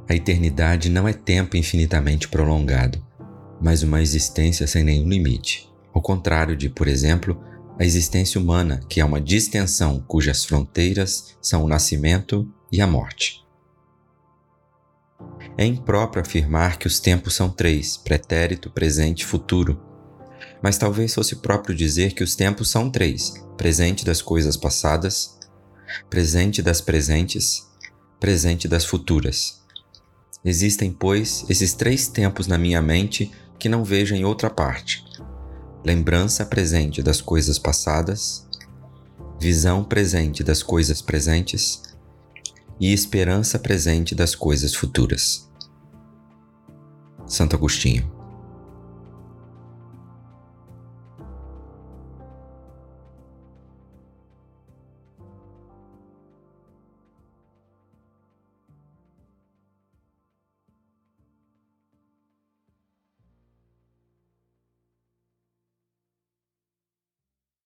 A eternidade não é tempo infinitamente prolongado, mas uma existência sem nenhum limite. Ao contrário de, por exemplo, a existência humana, que é uma distensão cujas fronteiras são o nascimento e a morte. É impróprio afirmar que os tempos são três: pretérito, presente e futuro. Mas talvez fosse próprio dizer que os tempos são três: presente das coisas passadas, presente das presentes, presente das futuras. Existem, pois, esses três tempos na minha mente que não vejo em outra parte: lembrança presente das coisas passadas, visão presente das coisas presentes e esperança presente das coisas futuras. Santo Agostinho.